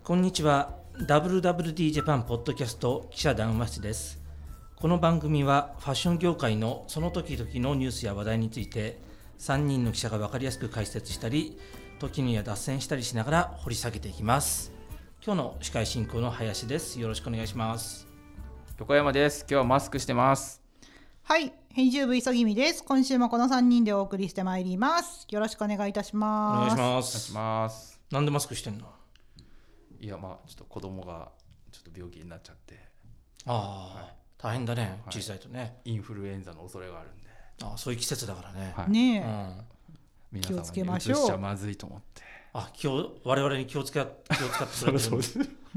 こんにちは。 WWD ジャパンポッドキャスト記者談話室です。この番組はファッション業界のその時々のニュースや話題について3人の記者が分かりやすく解説したり、時には脱線したりしながら掘り下げていきます。今日の司会進行の林です。よろしくお願いします。 横山です。今日はマスクしてます。 はい、編集部急ぎみです。今週もこの3人でお送りしてまいります。よろしくお願いいたします。 お願いしまお願いす。 します。 なんでマスクしてんの？ いやちょっと子供がちょっと病気になっちゃって、 はい、大変だね、小さいとね、 インフルエンザの恐れがあるんで、 そういう季節だからね、 ねえ、皆気をつけ様にましょう。 移しちゃまずいと思って。 我々に気を使ってくれてる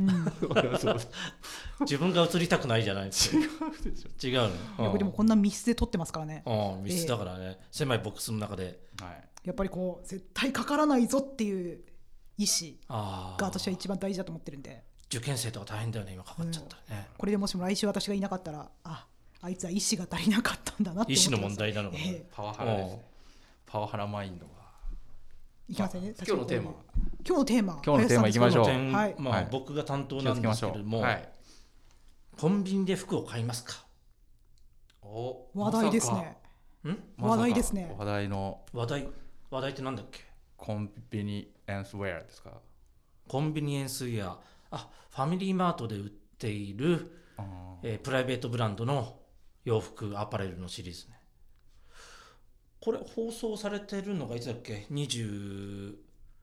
自分が映りたくないじゃないですか。違うの、 でもこんな密室で撮ってますからね。 密室だからね、狭いボックスの中で、 やっぱりこう絶対かからないぞっていう意思が私は一番大事だと思ってるんで。 受験生とか大変だよね、今かかっちゃったね、 これでもしも来週私がいなかったら、あいつは意志が足りなかったんだなって思ってます。 意志の問題なのかな、 パワハラですね。パワハラマインドがいきませんね。 今日のテーマいきましょう。 僕が担当なんですけれども、コンビニで服を買いますか？ 話題ですね。話題ですね。 話題ってなんだっけ？ コンビニエンスウェアですか？ コンビニエンスウェア、ファミリーマートで売っている、プライベートブランドの洋服アパレルのシリーズね。これ放送されてるのがいつだっけ？30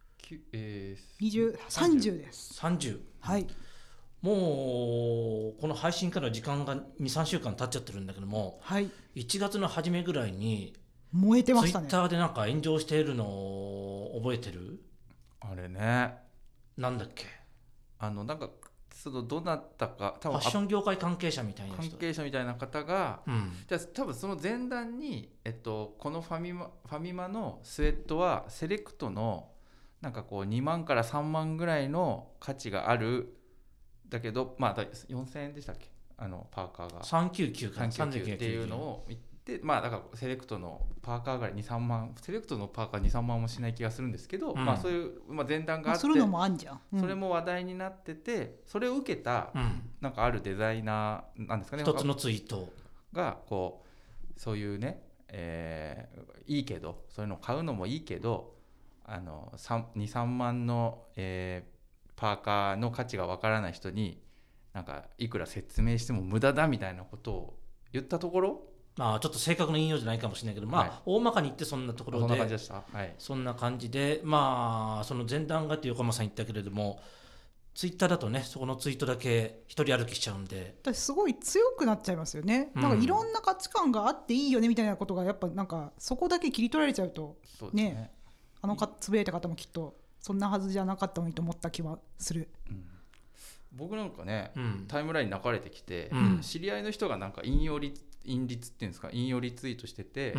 です。 30、 はい、 もうこの配信から時間が 2,3 週間経っちゃってるんだけども、1月の初めぐらいに燃えてましたね。 ツイッターでなんか炎上しているのを覚えてる？ あれね、 なんだっけ、 なんかどなたか多分ファッション業界関係者みたいな方が、じゃあ多分その前段に、このファミマのスウェットはセレクトのなんかこう2万から3万ぐらいの価値があるだけど、4000円でしたっけ、パーカーが 399か 399っていうのを言って、だからセレクトのパーカーぐらい 2,3 万、セレクトのパーカー 2,3 万もしない気がするんですけど、そういう、前段があって、 するのもあんじゃん、 それも話題になってて、それを受けた、なんかあるデザイナーなんですかね、 一つのツイートがこうそういうね、いいけどそういうのを買うのもいいけど2,3 万の、パーカーの価値がわからない人になんかいくら説明しても無駄だみたいなことを言ったところ、 ちょっと正確な引用じゃないかもしれないけど、大まかに言ってそんなところで、 そんな感じでした。 そんな感じで、その前段がって横浜さん言ったけれども、ツイッターだとね、そこのツイートだけ一人歩きしちゃうんで、 私すごい強くなっちゃいますよね。なんかいろんな価値観があっていいよねみたいなことがやっぱなんかそこだけ切り取られちゃうとね、つぶやいた方もきっとそんなはずじゃなかったのにと思った気はする。 僕なんかね、タイムラインに流れてきて、知り合いの人がなんか引率っていうんですか、引用リツイートしてて、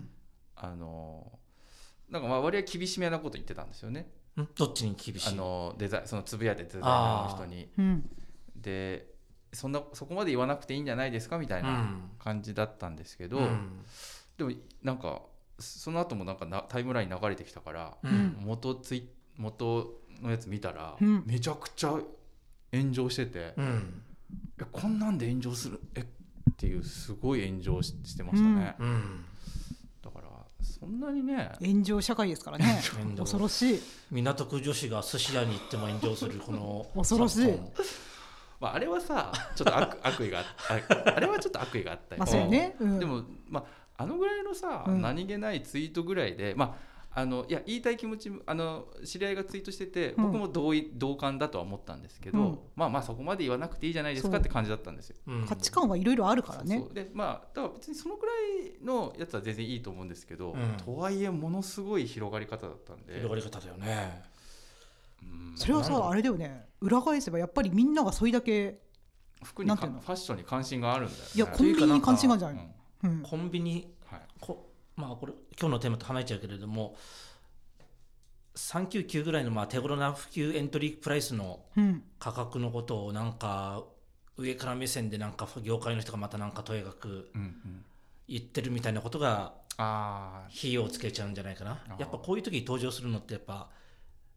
なんか割合厳しめなこと言ってたんですよね。 どっちに厳しい？ そのつぶやいてデザイナーの人に、でそこまで言わなくていいんじゃないですかみたいな感じだったんですけど、でもなんかその後もなんかタイムライン流れてきたから、元のやつ見たら、めちゃくちゃ炎上してて、こんなんで炎上するっていうすごい炎上してましたね。だからそんなにね、 炎上社会ですからね。恐ろしい。 港区女子が寿司屋に行っても炎上するこの恐ろしい。 あれはさちょっと悪意があれはちょっと悪意があったり、 そうね、 でもあのぐらいのさ、何気ないツイートぐらいで、いや言いたい気持ち、知り合いがツイートしてて、僕も同感だとは思ったんですけど、そこまで言わなくていいじゃないですかって感じだったんですよ。 価値観はいろいろあるからね。 でだから別にそのくらいのやつは全然いいと思うんですけど、とはいえものすごい広がり方だったんで。 広がり方だよね。 それはさ、あれだよね、裏返せばやっぱりみんながそれだけ服にファッションに関心があるんだよね。 いやコンビニに関心があるんじゃないの、 コンビニ、これ今日のテーマと離れちゃうけれども、399ぐらいの手頃な普及エントリープライスの価格のことをなんか上から目線でなんか業界の人がまたなんかとやかく言ってるみたいなことが火をつけちゃうんじゃないかな。やっぱこういう時に登場するのってやっぱ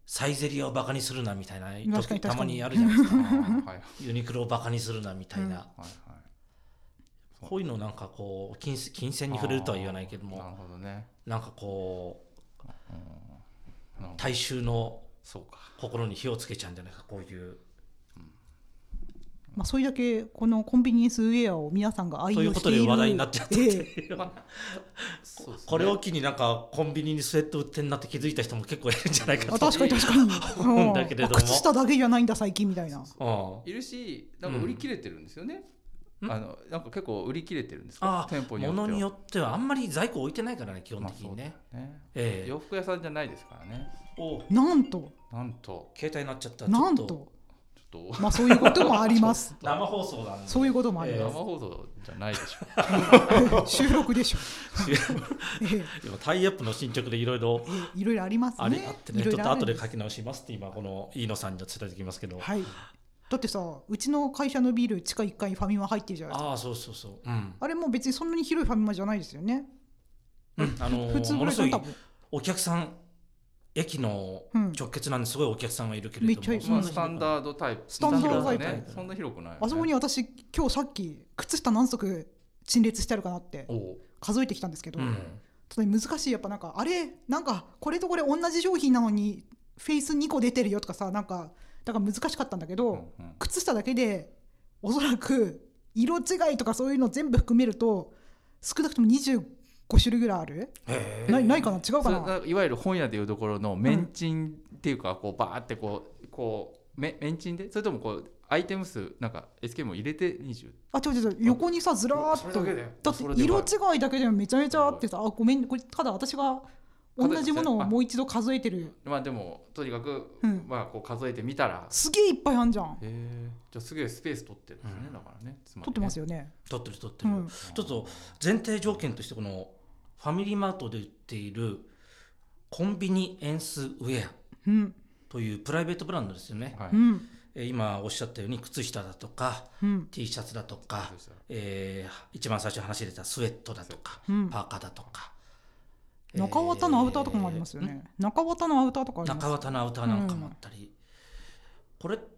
サイゼリアをバカにするなみたいな確かにたまにあるじゃないですかはいユニクロをバカにするなみたいな、 はいはい、 こういうのなんかこう金銭に触れるとは言わないけども、 なるほどね、 なんかこう大衆の心に火をつけちゃうんじゃないかこういう、 まあ、それだけこのコンビニエンスウェアを皆さんが愛用しているそういうことで話題になっちゃったっていう、これを機になんかコンビニにスウェット売ってんなって気づいた人も結構いるんじゃないかと確かに思うんだけれども、 靴下だけじゃないんだ最近みたいな、 いるしなんか売り切れてるんですよね、なんか結構売り切れてるんですか、店舗によっては。 物によってはあんまり在庫置いてないからね基本的にね、 洋服屋さんじゃないですからね。 なんと携帯になっちゃった。 なんとまあそういうこともあります生放送なんでそういうこともあります、 生放送じゃないでしょ収録でしょ今タイアップの進捗でいろいろありますね。 あってね、ちょっと後で書き直しますって今この飯野さんには伝えてきますけど、 はい、だってさうちの会社のビル地下1階にファミマ入ってるじゃないですか。 そうそうそう、 あれも別にそんなに広いファミマじゃないですよね、 普通ぐらいの多分お客さん駅の直結なんですごいお客さんはいるけれども、 スタンダードタイプ、 スタンダードタイプ、 ね、そんな広くないよね。 あそこに私今日さっき靴下何足陳列してあるかなって数えてきたんですけど、ただ難しい。やっぱなんかあれなんかこれとこれ同じ商品なのにフェイス2個出てるよとかさ、なんかだから難しかったんだけど、靴下だけでおそらく色違いとかそういうの全部含めると少なくとも25種類ぐらいある。ないかな、違うかな。 いわゆる本屋でいうところのメンチンっていうか、こうバーってこうメンチンで、それともこうアイテム数なんか SK も入れて20。 違う横にさずらーっと、だって色違いだけでもめちゃめちゃあってさ、ごめんこれただ私が同じものをもう一度数えてる。 まあでもとにかく、まあこう数えてみたらすげえいっぱいあんじゃん。 じゃあすげえスペース取ってるんですね、だからね。 取ってますよね。 取ってる、ちょっと前提条件としてこのファミリーマートで売っているコンビニエンスウェアというプライベートブランドですよね、今おっしゃったように靴下だとか、T シャツだとか、一番最初に話し出たスウェットだとか、パーカーだとか、 中綿のアウターとかもありますよね。中綿のアウターとかあります。 中綿のアウターなんかもあったり、これって、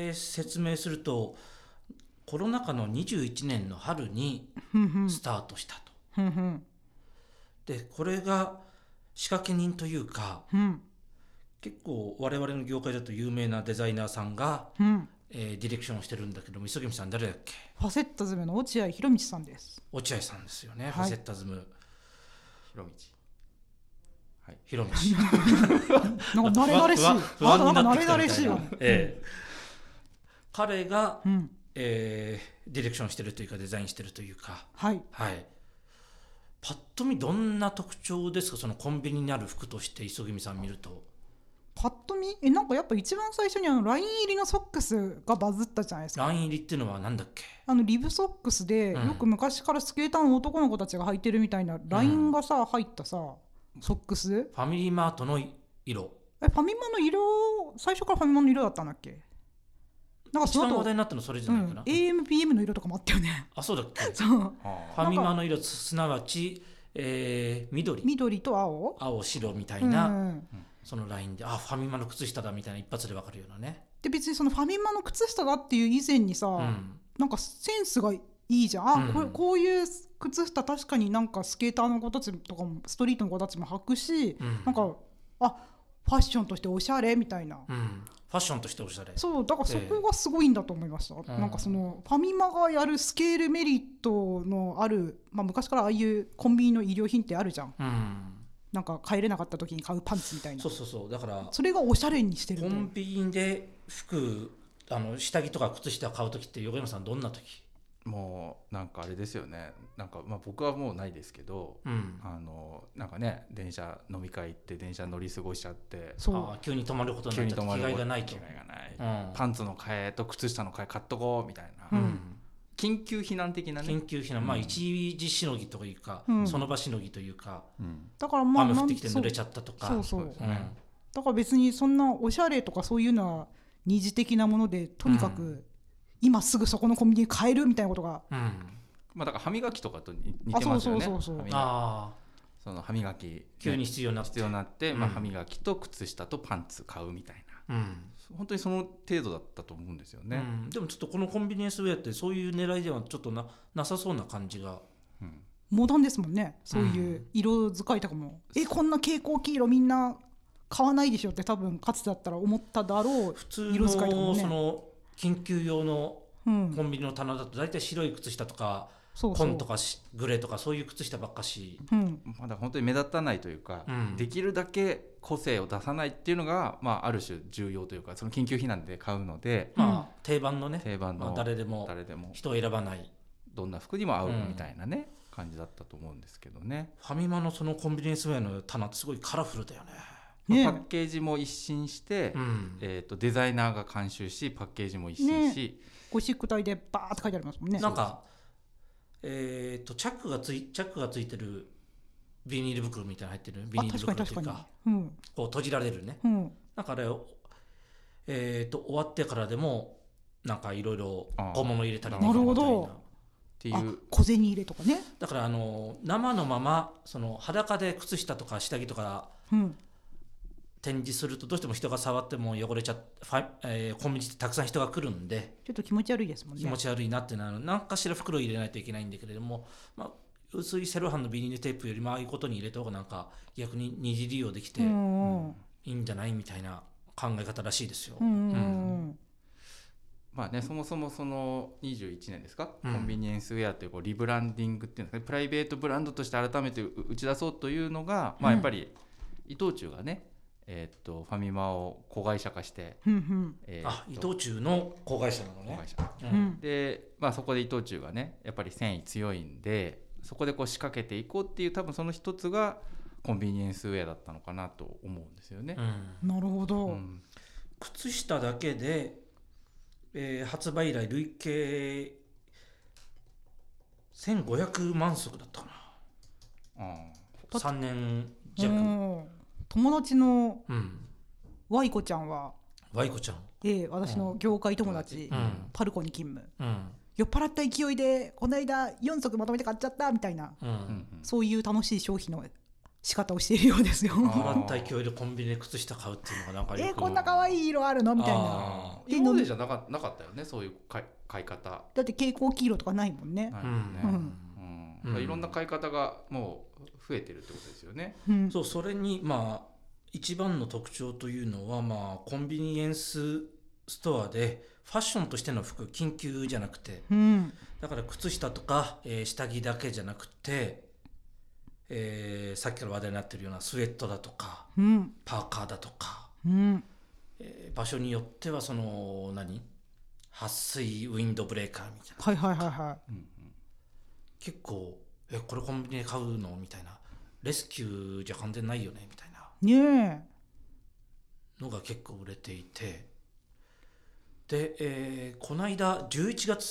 説明するとコロナ禍の21年の春にスタートしたと。でこれが仕掛け人というか、結構我々の業界だと有名なデザイナーさんが、ディレクションをしてるんだけども、磯君さん誰だっけ。 ファセッタズムの落合博満さんです。 落合さんですよね、ファセッタズム博満、 なんか慣れ慣れしい、 不安になってきたみたいな。 慣れ慣れしいわ。 彼が、ディレクションしてるというかデザインしてるというか、パッと見どんな特徴ですか、そのコンビニにある服として磯君さん見ると。 パッと見なんかやっぱ一番最初にライン入りのソックスがバズったじゃないですか。 ライン入りっていうのはなんだっけ。 リブソックスで、よく昔からスケーターの男の子たちが履いてるみたいなラインがさ、入ったさソックス。 ファミリーマートの色。 ファミマの色、最初からファミマの色だったんだっけ。なんか一番話題になったのそれじゃないかな、 AMPM の色とかもあったよね。 そうだっけ。 そうファミマの色すなわち、 緑と青白みたいな、そのラインでファミマの靴下だみたいな一発で分かるようなね。 で別にそのファミマの靴下だっていう以前にさ、なんかセンスがいいじゃん。こういう靴下確かになんかスケーターの子たちとかもストリートの子たちも履くし、なんかファッションとしておしゃれみたいな、 ファッションとしておしゃれ。 そうだからそこがすごいんだと思いました、なんかそのファミマがやるスケールメリットのある、昔からああいうコンビニの衣料品ってあるじゃん、なんか帰れなかった時に買うパンツみたいな。 そうだからそれがおしゃれにしてる。 コンビニで服下着とか靴下買う時って横山さんどんな時。 もうなんかあれですよね、なんか僕はもうないですけど、なんかね電車飲み会行って電車乗り過ごしちゃって、 急に止まることになっちゃって着替えがないと、 パンツの替えと靴下の替え買っとこうみたいな、緊急避難的なね。 緊急避難、一時しのぎというか、その場しのぎというか、 だから雨降ってきて濡れちゃったとか。 だから別にそんなおしゃれとかそういうのは二次的なもので、とにかく、今すぐそこのコンビニに買えるみたいなことが、 だから歯磨きとかと似てますよね。 その歯磨き急に必要になって、歯磨きと靴下とパンツ買うみたいな、本当にその程度だったと思うんですよね、 でもちょっとこのコンビニエンスウェアってそういう狙いではちょっと なさそうな感じが、 モダンですもんね。そういう色使いとかも、こんな蛍光黄色みんな買わないでしょって多分かつてだったら思っただろう。 普通のその緊急用のコンビニの棚だと大体白い靴下とか、紺とかグレーとかそういう靴下ばっかし、 まだ本当に目立たないというか、できるだけ個性を出さないっていうのが、ある種重要というか、その緊急避難で買うので、 定番の誰でも人を選ばないどんな服にも合うみたいなね、感じだったと思うんですけどね。 ファミマのそのコンビニエンスウェアの棚ってすごいカラフルだよね。 パッケージも一新して、デザイナーが監修し、パッケージも一新し、 ゴシック体でバーって書いてありますもんね。 なんかチャックがついてるビニール袋みたいな入ってるビニール袋っていうか、こう閉じられるね、なんかあれ終わってからでもなんかいろいろ小物入れたりとかみたいなっていう小銭入れとかね。 だから生のままその裸で靴下とか下着とか、展示するとどうしても人が触っても汚れちゃコンビニってたくさん人が来るんでちょっと気持ち悪いですもんね。 気持ち悪いなってなる。何かしら袋を入れないといけないんだけれども、薄いセロハンのビニールテープよりもああいうことに入れた方がなんか逆に二次利用できていいんじゃないみたいな考え方らしいですよ。 そもそもその21年ですか、コンビニエンスウェアというリブランディングっていうんですかね、プライベートブランドとして改めて打ち出そうというのが、やっぱり伊藤忠がね、ファミマを子会社化して、 伊藤忠の子会社なのね。 で、そこで伊藤忠がねやっぱり繊維強いんで、そこで仕掛けていこうっていう、多分その一つがコンビニエンスウェアだったのかなと思うんですよね。 なるほど。 靴下だけで、発売以来累計1500万足だったかな。3年弱。 友達のワイコちゃんは、私の業界友達、パルコに勤務、酔っ払った勢いでこの間4足まとめて買っちゃったみたいな、そういう楽しい消費の仕方をしているようですよ。 酔っ払った勢いでコンビニで靴下買うっていうのがなんかよくこんな可愛い色あるのみたいな。 今までじゃなかったよね、そういう買い方。 だって蛍光黄色とかないもんね。 いろんな買い方がもう増えてるってことですよね。 そうそれに一番の特徴というのは、コンビニエンスストアでファッションとしての服、緊急じゃなくて、だから靴下とか、下着だけじゃなくて、さっきから話題になっているようなスウェットだとか、パーカーだとか、場所によってはその撥水ウィンドブレーカーみたいな、結構これコンビニで買うのみたいな、レスキューじゃ完全ないよねみたいなのが結構売れていて、で、この間去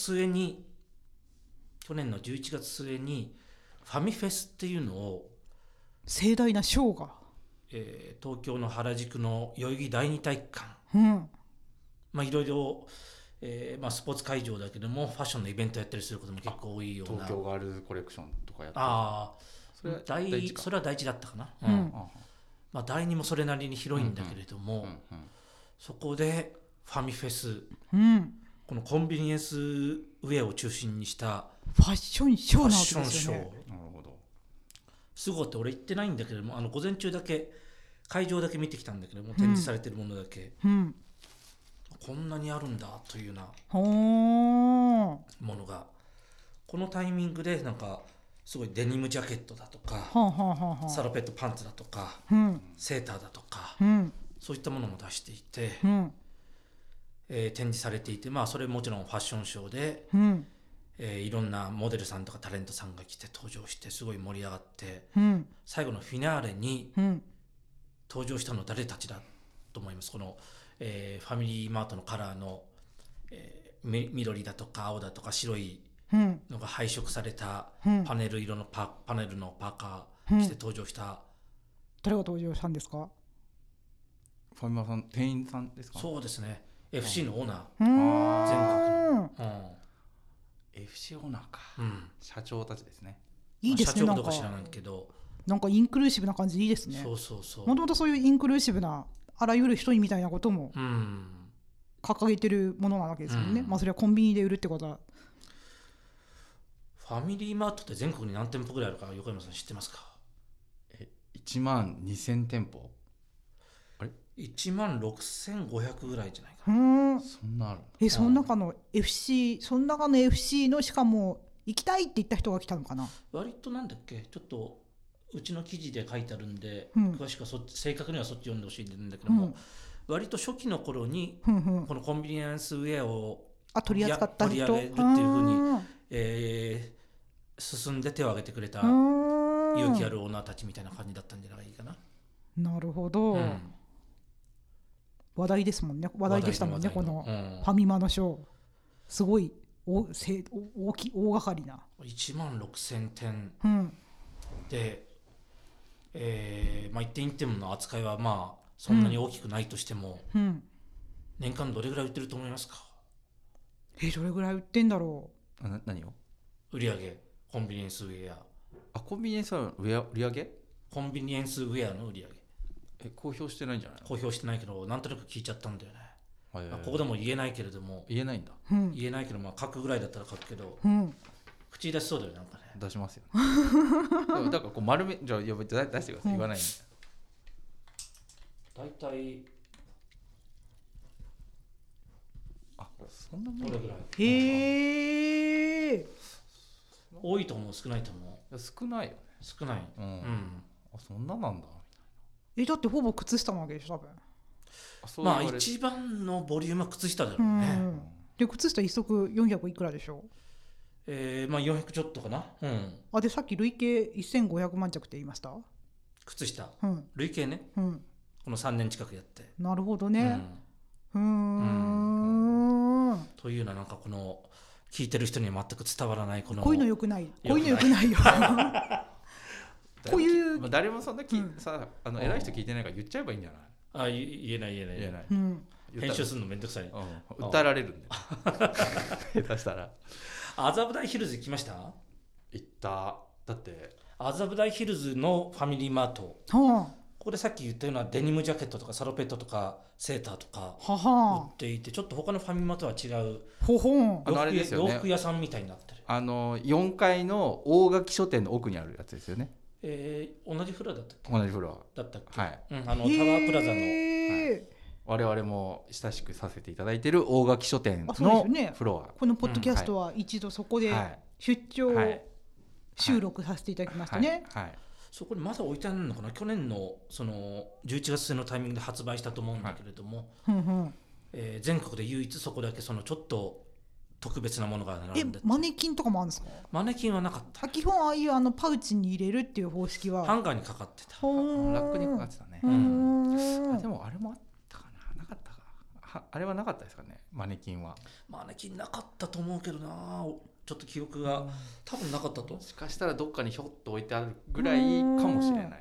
年の11月末にファミフェスっていうのを、 盛大なショーが、 東京の原宿の代々木第二体育館、いろいろ、スポーツ会場だけどもファッションのイベントやったりすることも結構多いような。 東京ガールズコレクションとかやってる。 それは第一だったかな。第二もそれなりに広いんだけれども、そこでファミフェス、このコンビニエンスウェアを中心にしたファッションショーなわけですよね。 なるほど。 すごいって俺行ってないんだけれども、午前中だけ会場だけ見てきたんだけども、展示されてるものだけ、こんなにあるんだというようなものが、このタイミングでなんかすごいデニムジャケットだとか、サロペットパンツだとか、セーターだとか、そういったものも出していて、展示されていて、それもちろんファッションショーで、いろんなモデルさんとかタレントさんが来て登場してすごい盛り上がって、最後のフィナーレに登場したのは誰たちだと思います？この、ファミリーマートのカラーの、緑だとか青だとか白いのが配色されたパネル色のパネルのパーカー着て登場した、 誰が登場したんですか？ ファミマさん、店員さんですか？ そうですね、FC のオーナー、全国の、 FC オーナーか、社長たちですね。 いいですね。 社長かどうか知らないけど、 なんかインクルーシブな感じでいいですね。 そうそうそう。 もともとそういうインクルーシブなあらゆる人にみたいなことも掲げてるものなわけですよね、まあそれはコンビニで売るってことは。 ファミリーマートって全国に何店舗ぐらいあるか横山さん知ってますか ？1万2000店舗、あれ 1万6500ぐらいじゃないかな。 そんなある。その中の FC のしかも行きたいって言った人が来たのかな。 割となんだっけ、ちょっとうちの記事で書いてあるんで、詳しくは正確にはそっち読んでほしいんだけども、割と初期の頃にこのコンビニエンスウェアを取り扱った人、 取り上げるっていうふうに、進んで手を挙げてくれた勇気あるオーナーたちみたいな感じだったんじゃないかな。 なるほど、話題ですもんね。話題でしたもんね、このファミマのショー。すごい大掛かりな 1万6000点、で、まあ、1点1点の扱いはまあそんなに大きくないとしても、年間どれぐらい売ってると思いますか？ どれぐらい売ってんだろう。何を？ 売り上げ、コンビニエンスウェア。 コンビニエンスウェア売り上げ？ コンビニエンスウェアの売り上げ。 公表してないんじゃない？ 公表してないけどなんとなく聞いちゃったんだよね。ここでも言えないけれども。 言えないんだ。 言えないけど、まあ書くぐらいだったら書くけど、口出しそうだよね、なんかね。 出しますよ、ね。だからこう丸め、じゃあ出してください、言わないんで。 大体そんなもんぐらい。 多いと思う、少ないと思う。少ないよね。 少ない。 そんななんだ。 だってほぼ靴下なわけでしょ、多分。 まあ一番のボリュームは靴下だろうね。 で靴下1足400いくらでしょ。 まあ400ちょっとかな。 でさっき累計1500万着って言いました。 靴下、累計ね、この3年近くやって。 なるほどね。 というのはなんかこの聞いてる人には全く伝わらないこういうのよくない。こういうのよくないよ。こういう誰もそんなさ偉い人聞いてないから言っちゃえばいいんじゃない？ 言えない。編集するのめんどくさい。 訴えられるんで。下手したら。 麻布台ヒルズ行きました？ 行った。だって麻布台ヒルズのファミリーマート。ここでさっき言ったようなデニムジャケットとかサロペットとかセーターとか売っていて、ちょっと他のファミマとは違う洋服屋さんみたいになってる。 4階の大垣書店の奥にあるやつですよね。 同じフロアだったっけ？ 同じフロアだったっけ？ はい。 タワープラザの、 我々も親しくさせていただいている大垣書店のフロア。 このポッドキャストは一度そこで出張収録させていただきましたね。 そこにまだ置いてあるのかな。去年のその11月末のタイミングで発売したと思うんだけれども、全国で唯一そこだけそのちょっと特別なものが並んで。 マネキンとかもあるんですか？ マネキンはなかった。 基本ああいうパウチに入れるっていう方式はハンガーにかかってた。 ラックにかかってたね。でもあれもあったかな、なかったか。あれはなかったですかね、マネキンは。 マネキンなかったと思うけどな。ちょっと記憶が多分なかったと。 もしかしたらどっかにひょっと置いてあるぐらいかもしれない。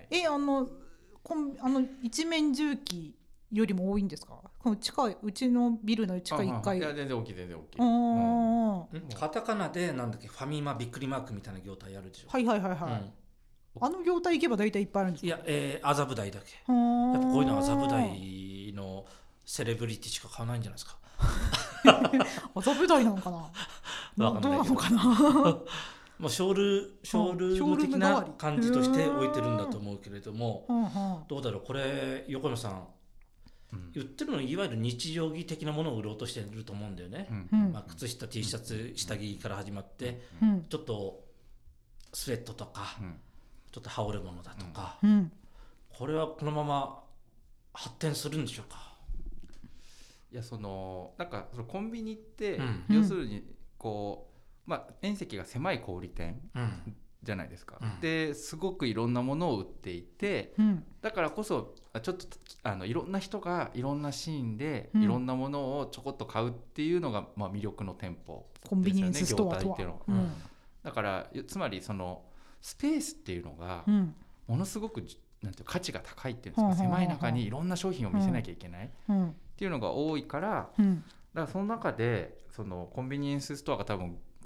一面重機よりも多いんですか？このうちのビルの地下1階。 いや全然大きい全然大きい。 カタカナでなんだっけ、ファミマびっくりマークみたいな業態あるでしょ。 あの業態行けば大体いっぱいあるんですか？ いや、麻布台だけ。やっぱこういうのは麻布台のセレブリティしか買わないんじゃないですか。 麻布台なのかな。どうなのかな。 まあショールーム的な感じとして置いてるんだと思うけれども、どうだろう、これ横山さん、言ってるのいわゆる日常着的なものを売ろうとしてると思うんだよね。靴下 T シャツ下着から始まって、ちょっとスウェットとか、ちょっと羽織るものだとか、これはこのまま発展するんでしょうか？ いやなんかそのコンビニって、要するにこう、面積が狭い小売店じゃないですか。ですごくいろんなものを売っていて、だからこそちょっといろんな人がいろんなシーンでいろんなものをちょこっと買うっていうのが、魅力の店舗ですよね、 コンビニエンスストアとは。 業態っていうのは。だからつまりそのスペースっていうのがものすごくなんていう価値が高いっていうんですか、狭い中にいろんな商品を見せなきゃいけないっていうのが多いから、だからその中でそのコンビニエンスストアが多分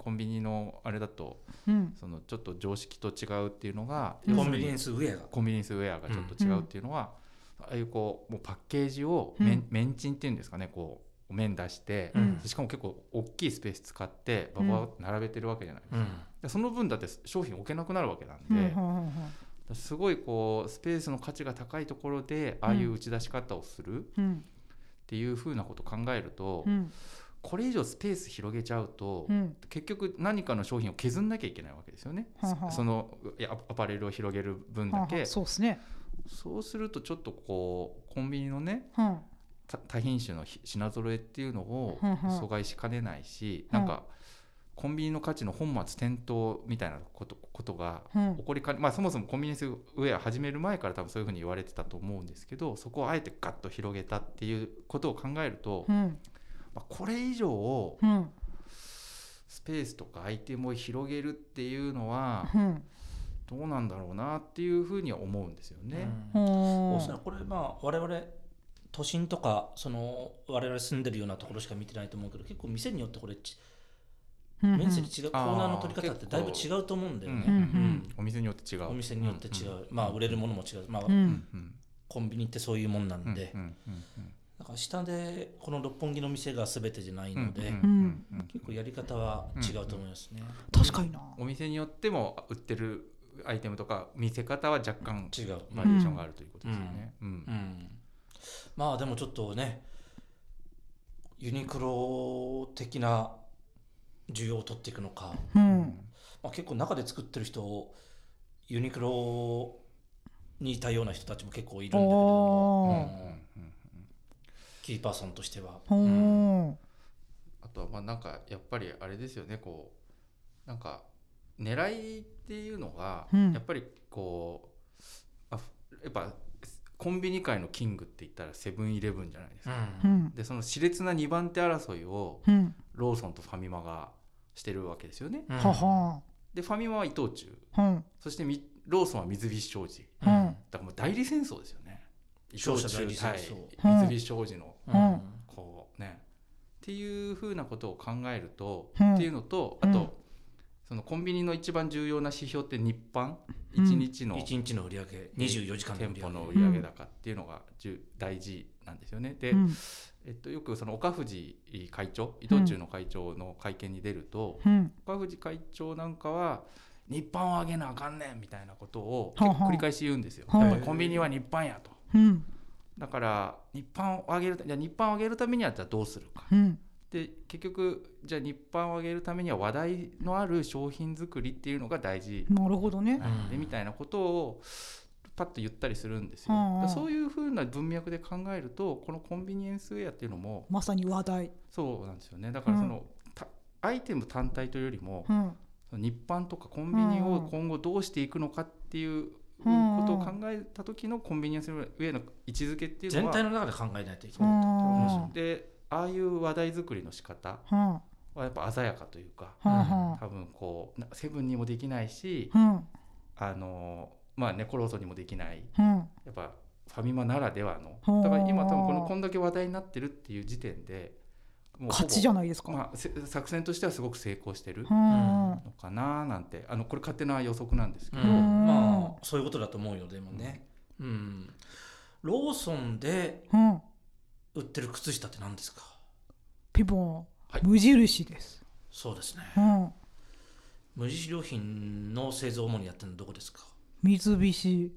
コンビニのあれだと、そのちょっと常識と違うっていうのが、 コンビニエンスウェアがちょっと違うっていうのは、ああいうこうもうパッケージをメンチンっていうんですかね、こう麺出して、しかも結構大きいスペース使ってババッと並べてるわけじゃないですか、その分だって商品置けなくなるわけなんで、すごいこうスペースの価値が高いところでああいう打ち出し方をするっていうふうなことを考えると、これ以上スペース広げちゃうと、結局何かの商品を削んなきゃいけないわけですよね、そのアパレルを広げる分だけ。 そうですね。 そうするとちょっとこうコンビニのね、多品種の品揃えっていうのを阻害しかねないし、なんかコンビニの価値の本末転倒みたいなことが起こりかね、そもそもコンビニエンスウェア始める前から多分そういうふうに言われてたと思うんですけど、そこをあえてガッと広げたっていうことを考えると、これ以上スペースとかアイテムを広げるっていうのはどうなんだろうなっていうふうには思うんですよね。 これ我々都心とかその我々住んでるようなところしか見てないと思うけど、結構店によってこれ面積違う、コーナーの取り方ってだいぶ違うと思うんだよね。 お店によって違う。 お店によって違う。売れるものも違う。コンビニってそういうもんなんで、だから下でこの六本木の店が全てじゃないので、結構やり方は違うと思いますね。 確かにな。 お店によっても売ってるアイテムとか見せ方は若干違うバリエーションがあるということですよね。 でもちょっとね、ユニクロ的な需要を取っていくのか、結構中で作ってる人、ユニクロにいたような人たちも結構いるんだけれども、キーパーソンとしては。 あとはなんかやっぱりあれですよね、こうなんか狙いっていうのがやっぱりこう、やっぱコンビニ界のキングって言ったらセブンイレブンじゃないですか。でその熾烈な2番手争いをローソンとファミマがしてるわけですよね。でファミマは伊藤忠、そしてローソンは三菱商事、だからもう代理戦争ですよね。伊藤忠、三菱商事のこうねっていうふうなことを考えると、っていうのと、あとそのコンビニの一番重要な指標って日販、1日の売り上げ、24時間の売り上げ、 店舗の売上高っていうのが大事なんですよね。で、よくその岡藤会長、伊藤忠の会長の会見に出ると、岡藤会長なんかは日販を上げなあかんねんみたいなことを結構繰り返し言うんですよ。やっぱりコンビニは日販やと。だから日販を上げるためにはじゃあどうするか。で結局じゃあ日販を上げるためには話題のある商品作りっていうのが大事でみたいなことをパッと言ったりするんですよ。そういうふうな文脈で考えると、このコンビニエンスウェアっていうのもまさに話題。 そうなんですよね。だからその、アイテム単体というよりも、日販とかコンビニを今後どうしていくのかっていうことを考えた時のコンビニエンスウェアの位置づけっていうのは全体の中で考えないといけない。 でああいう話題作りの仕方はやっぱ鮮やかというか、多分こうセブンにもできないし、コローソンにもできない、やっぱファミマならではの、だから今多分こんだけ話題になってるっていう時点でもう勝ちじゃないですか。 作戦としてはすごく成功してるのかななんて、これ勝手な予測なんですけど、 そういうことだと思うよ。でもね、ローソンで売ってる靴下って何ですか？ ピボン、無印です。 そうですね。無印良品の製造を主にやってるのはどこですか？ 三菱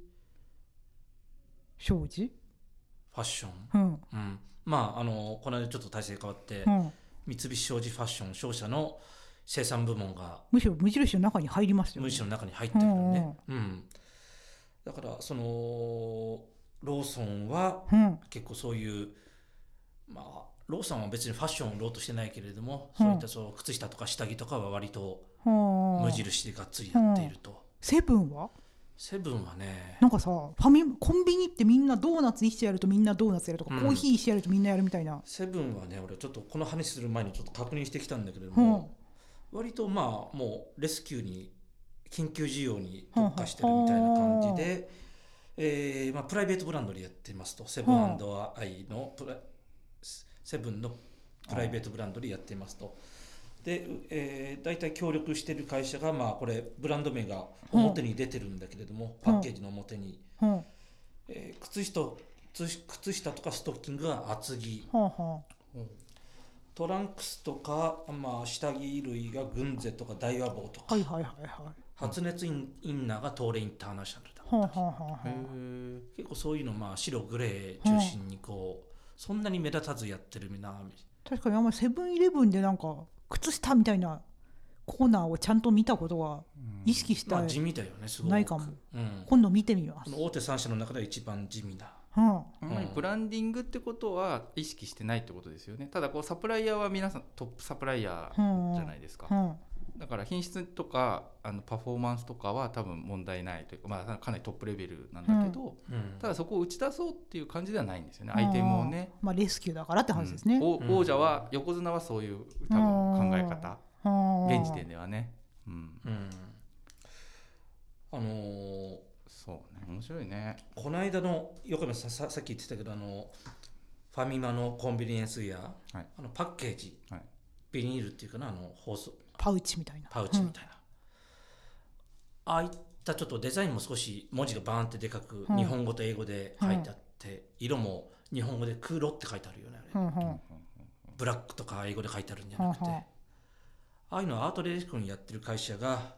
商事ファッション。この間ちょっと体制変わって、三菱商事ファッション商社の生産部門がむしろ無印の中に入りますよね。 無印の中に入ってるよね。だからそのローソンは結構そういう、ローソンは別にファッションを売ろうとしてないけれども、そういった靴下とか下着とかは割と無印でがっつりやっていると。 セブンはね、 なんかさ、コンビニってみんなドーナツ一社やるとみんなドーナツやるとか、コーヒー一社やるとみんなやるみたいな。 セブンはね、俺ちょっとこの話する前にちょっと確認してきたんだけれども、割ともうレスキューに緊急需要に特化してるみたいな感じで、プライベートブランドでやってますと。セブン&アイのセブンのプライベートブランドでやってますと。 で、大体協力している会社が、これブランド名が表に出てるんだけれども、パッケージの表に、靴下とかストッキングが厚着、トランクスとか、下着類がグンゼとかダイワ帽とか、発熱インナーが東レインターナショナルだったり、結構そういうの白グレー中心にそんなに目立たずやってるな。 確かにあんまりセブンイレブンでなんか靴下みたいなコーナーをちゃんと見たことは意識した地味だよね、すごくないかも、今度見てみます。 大手3社の中では一番地味だ。 ブランディングってことは意識してないってことですよね。ただサプライヤーは皆さんトップサプライヤーじゃないですか、だから品質とかパフォーマンスとかは多分問題ないというか、かなりトップレベルなんだけど、ただそこを打ち出そうっていう感じではないんですよね、アイテムをね。 レスキューだからって話ですね、 王者は横綱はそういう多分考え方、現時点ではね。そうね、面白いね。 この間の横山さん さっき言ってたけどファミマのコンビニエンスウェア、パッケージ、ビニールっていうかな、包装パウチみたいな、 ああいったちょっとデザインも少し文字がバーンってでかく、日本語と英語で書いてあって、色も日本語で黒って書いてあるよね、ブラックとか英語で書いてあるんじゃなくて、ああいうのはアートレレクションやってる会社が、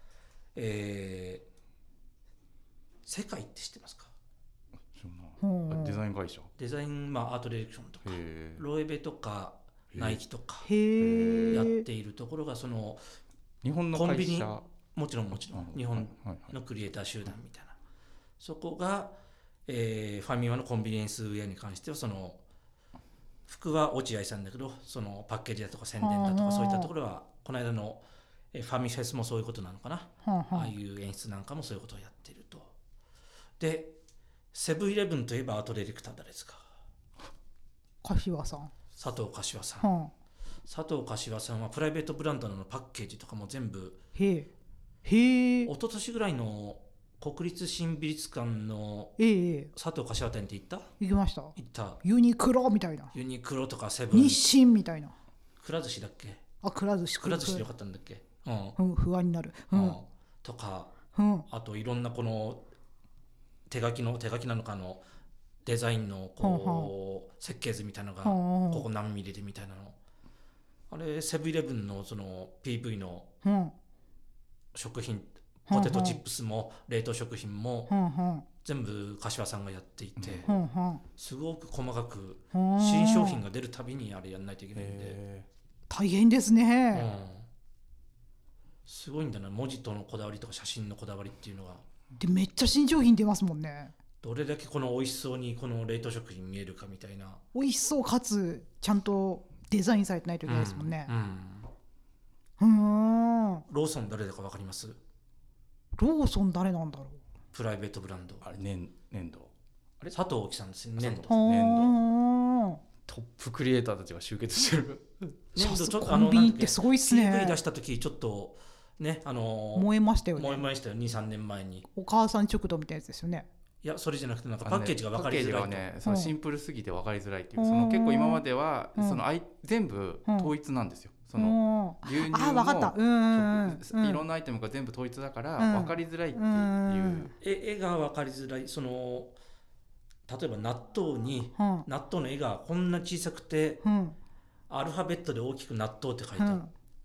世界って知ってますか？ デザイン会社、 デザイン、アートディレクションとかロエベとかナイキとかやっているところが、その日本の会社、 もちろん日本のクリエイター集団みたいな、そこが、ファミマのコンビニエンスウェアに関しては、その服は落合さんだけど、そのパッケージだとか宣伝だとかそういったところは、この間のファミフェスもそういうことなのかな、ああいう演出なんかもそういうことをやっていると。で、セブンイレブンといえばアートディレクター誰ですか？ 柏さん、 佐藤柏さん、佐藤柏さんはプライベートブランドのパッケージとかも全部、一昨年ぐらいの国立新美術館の佐藤柏展って行った？ 行きました。 行った。 ユニクロみたいな、 ユニクロとかセブン、 日清みたいな、 くら寿司だっけ？ くら寿司でよかったんだっけ？ 不安になる、 とか、あといろんなこの手書きなのかデザインの設計図みたいなのがここ何ミリでみたいなの、あれセブンイレブンのその PV の食品、ポテトチップスも冷凍食品も全部柏さんがやっていて、すごく細かく新商品が出るたびにあれやんないといけないんで大変ですね、 すごいんだな、文字とのこだわりとか写真のこだわりっていうのが。 でめっちゃ新商品出ますもんね。 どれだけこの美味しそうにこの冷凍食品見えるかみたいな。 美味しそうかつちゃんとデザインされてないといけないですもんね。 ローソン誰だか分かります？ ローソン誰なんだろう。 プライベートブランド。 あれ粘土。あれ佐藤貴さんですね。粘土。 トップクリエイターたちが集結してる。 粘土ちょっとコンビニってすごいっすね。 PV 出した時ちょっとね、 燃えましたよね。 燃えましたよ、2、3年前に。 お母さん食堂みたいなやつですよね。 いや、それじゃなくてなんかパッケージが分かりづらいと。 パッケージがね、そのシンプルすぎて分かりづらいっていう、その結構今まではその全部統一なんですよ。その牛乳もいろんなアイテムが全部統一だから分かりづらいっていう。 絵が分かりづらい。その例えば納豆の絵がこんな小さくて、アルファベットで大きく納豆って書いてある。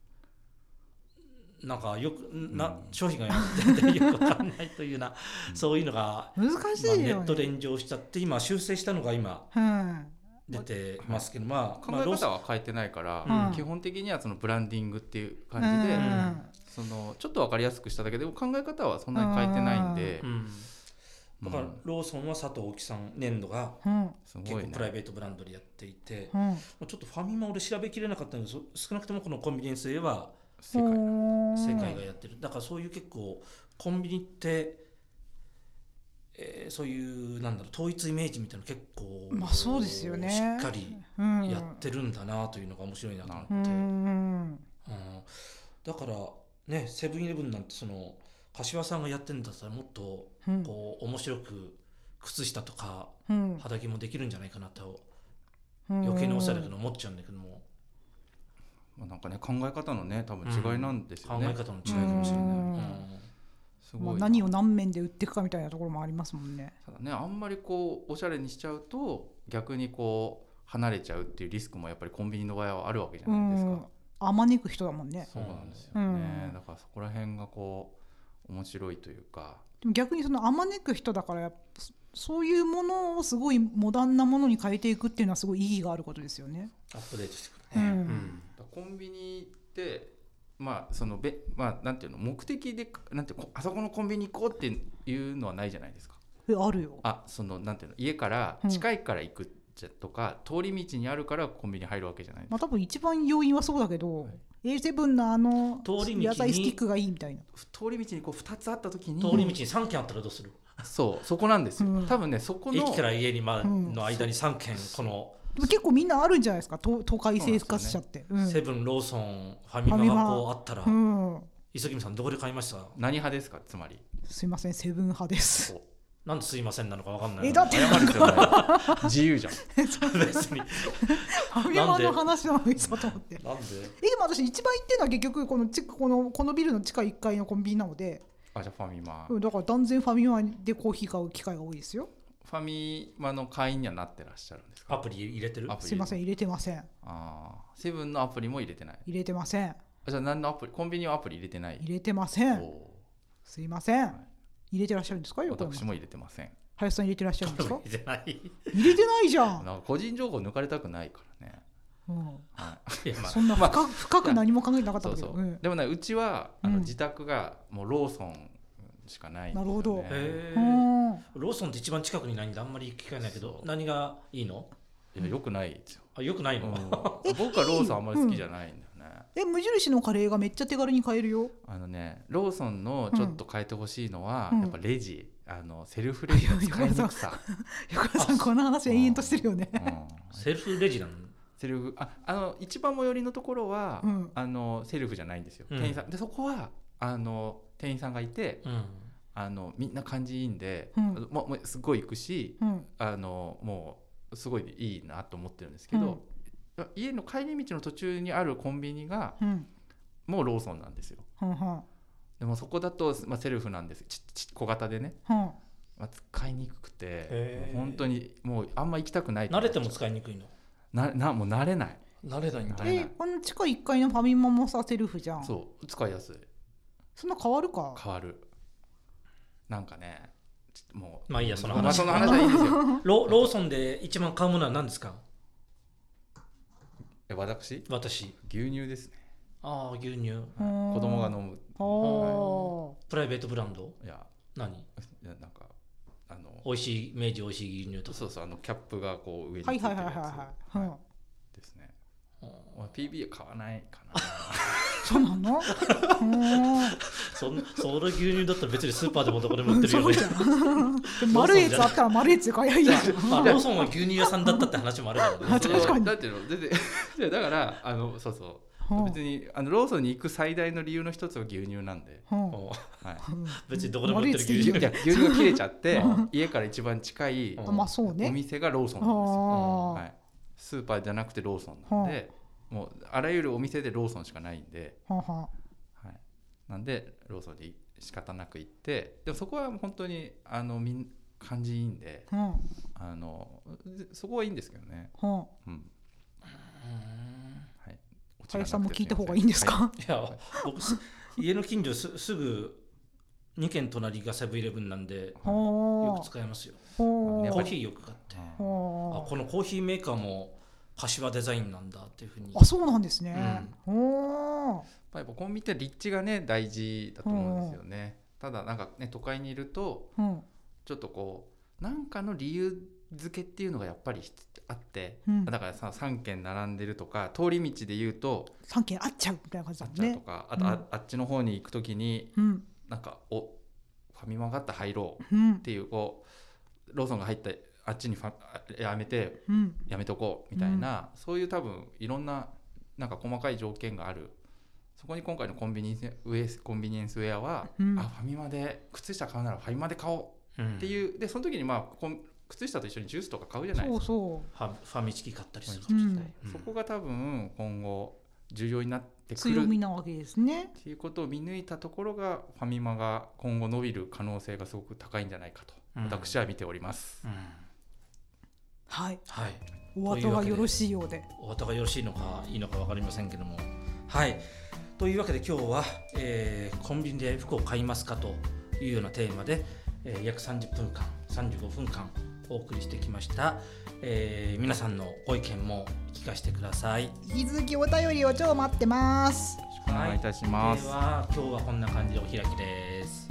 なんかよく商品がよく分かんないというな、そういうのが難しいよね。 ネットで炎上しちゃって今修正したのが今出てますけど、考え方は変えてないから、基本的にはそのブランディングっていう感じで、そのちょっと分かりやすくしただけでも考え方はそんなに変えてないんで、 だからローソンは佐藤貴さん粘土が結構プライベートブランドでやっていて、ちょっとファミマ俺調べきれなかったんですけど、少なくともこのコンビニエンスでは世界がやってる。だからそういう結構コンビニって、そういう統一イメージみたいな結構、 そうですよね、 しっかりやってるんだなというのが面白いなと思って、だからね、セブンイレブンなんてその柏さんがやってるんだったらもっとこう面白く靴下とか肌着もできるんじゃないかなと余計におしゃれだと思っちゃうんだけども、 なんかね考え方のね多分違いなんですよね、 考え方の違いかもしれない、 すごい何を何面で売っていくかみたいなところもありますもんね。 ただねあんまりこうおしゃれにしちゃうと逆にこう離れちゃうっていうリスクもやっぱりコンビニの場合はあるわけじゃないですか。 あまねく人だもんね。 そうなんですよね、だからそこら辺がこう面白いというか。 でも逆にそのあまねく人だからやっぱそういうものをすごいモダンなものに変えていくっていうのはすごい意義があることですよね。 アップデートしてくるね、 コンビニってそのなんていうの目的でなんてあそこのコンビニ行こうっていうのはないじゃないですか。 あるよ。 そのなんていうの家から近いから行くとか、通り道にあるからコンビニ入るわけじゃないですか。 多分一番要因はそうだけど、A7 の通り道に野菜スティックがいいみたいな。 通り道にこう2つあった時に通り道に3軒あったらどうする？ そこなんですよ、多分ねそこの駅から家にの間に3軒このでも結構みんなあるんじゃないですか都会生活者って、 セブンローソンファミマがこうあったら、磯君さんどこで買いました？ 何派ですか？つまりすいませんセブン派です。 なんですいませんなのか分かんない。 だって謝る必要ない自由じゃん別にファミマの話なのにそうと思ってなんででも私一番行ってるのは結局このビルの地下1階のコンビニなので、 じゃあファミマ、 だから断然ファミマでコーヒー買う機会が多いですよ。 ファミマの会員にはなってらっしゃるんですか？ アプリ入れてる？ すいません入れてません。 セブンのアプリも入れてない？ 入れてません。 じゃあ何のアプリ？コンビニはアプリ入れてない？ 入れてません。すいません、入れてらっしゃるんですか？ 私も入れてません。 林さん入れてらっしゃるんですか？ 入れてない。 入れてないじゃん。 なんか個人情報抜かれたくないからね。 そんな深く何も考えてなかったんだけど。 でもねうちは自宅がもうローソンしかないんですよね。 なるほど。 ローソンって一番近くにないんであんまり聞かないけど、何がいいの？ いやよくないですよ。 よくないの？ 僕はローソンあんまり好きじゃないんだよね。 無印のカレーがめっちゃ手軽に買えるよ。 ローソンのちょっと変えてほしいのは、やっぱレジセルフレジの使いにくさ。 横田さんこの話延々としてるよね。 セルフレジなの？ セルフ一番最寄りのところは、セルフじゃないんですよ、店員さんで。そこは店員さんがいて、みんな感じいいんで、もうすごい行くし、もうすごいいいなと思ってるんですけど、家の帰り道の途中にあるコンビニが、もうローソンなんですよ。でもそこだと、セルフなんです。小型でね、使いにくくて、本当にもうあんま行きたくない。 慣れても使いにくいの？ もう慣れない。 慣れないんだ。 この地下1階のファミマもさセルフじゃん。 そう使いやすい。 そんな変わるか？ 変わる。なんかねもうまあいいやその話はいいんですよ。 ローソンで一番買うものは何ですか？ 私牛乳ですね。 牛乳。 子供が飲む。 プライベートブランド？ いや何？ なんか美味しい明治美味しい牛乳とか。 そうキャップがこう上についてるやつですね。PB 買わないかな。 そうなの？ その牛乳だったら別にスーパーでもどこでも売ってるよね。 マルエツあったらマルエツ買えばいいじゃん。 ローソンは牛乳屋さんだったって話もあるからね。 確かに。 だってだから別にローソンに行く最大の理由の一つは牛乳なんで、 別にどこでも売ってる牛乳。 牛乳が切れちゃって家から一番近いお店がローソンなんですよ。スーパーじゃなくてローソンなんで、もうあらゆるお店でローソンしかないんで、なんでローソンに仕方なく行って、でもそこは本当に感じいいんで、そこはいいんですけどね。 林さんも聞いた方がいいんですか？ いや僕家の近所すぐ2軒隣がセブンイレブンなんでよく使いますよ。コーヒーよく買って、このコーヒーメーカーも柏デザインなんだっていうふうに。 そうなんですね。 やっぱコンビニって立地がね大事だと思うんですよね。ただなんかね都会にいるとちょっとこうなんかの理由付けっていうのがやっぱりあって、だから3軒並んでるとか、通り道で言うと 3軒あっちゃうみたいな感じだね。 とか、あとあっちの方に行くときに、なんかファミマがあったら入ろうっていう、こうローソンが入ったあっちにやめて、やめとこうみたいな、そういう多分いろんななんか細かい条件がある。そこに今回のコンビニエンスウェアは、ファミマで靴下買うならファミマで買おうっていう、でその時に靴下と一緒にジュースとか買うじゃないですか。 ファミチキ買ったりする、 そこが多分今後重要になってくる強みなわけですねっていうことを見抜いたところがファミマが今後伸びる可能性がすごく高いんじゃないかと私は見ております、 はい、 はい、 お後がよろしいようで、 お後がよろしいのかいいのか分かりませんけども、はいというわけで今日は、コンビニで服を買いますかというようなテーマで、約30分間35分間お送りしてきました、皆さんのご意見も聞かせてください。 引き続きお便りを超待ってます。 お願いいたします。 では今日はこんな感じでお開きです。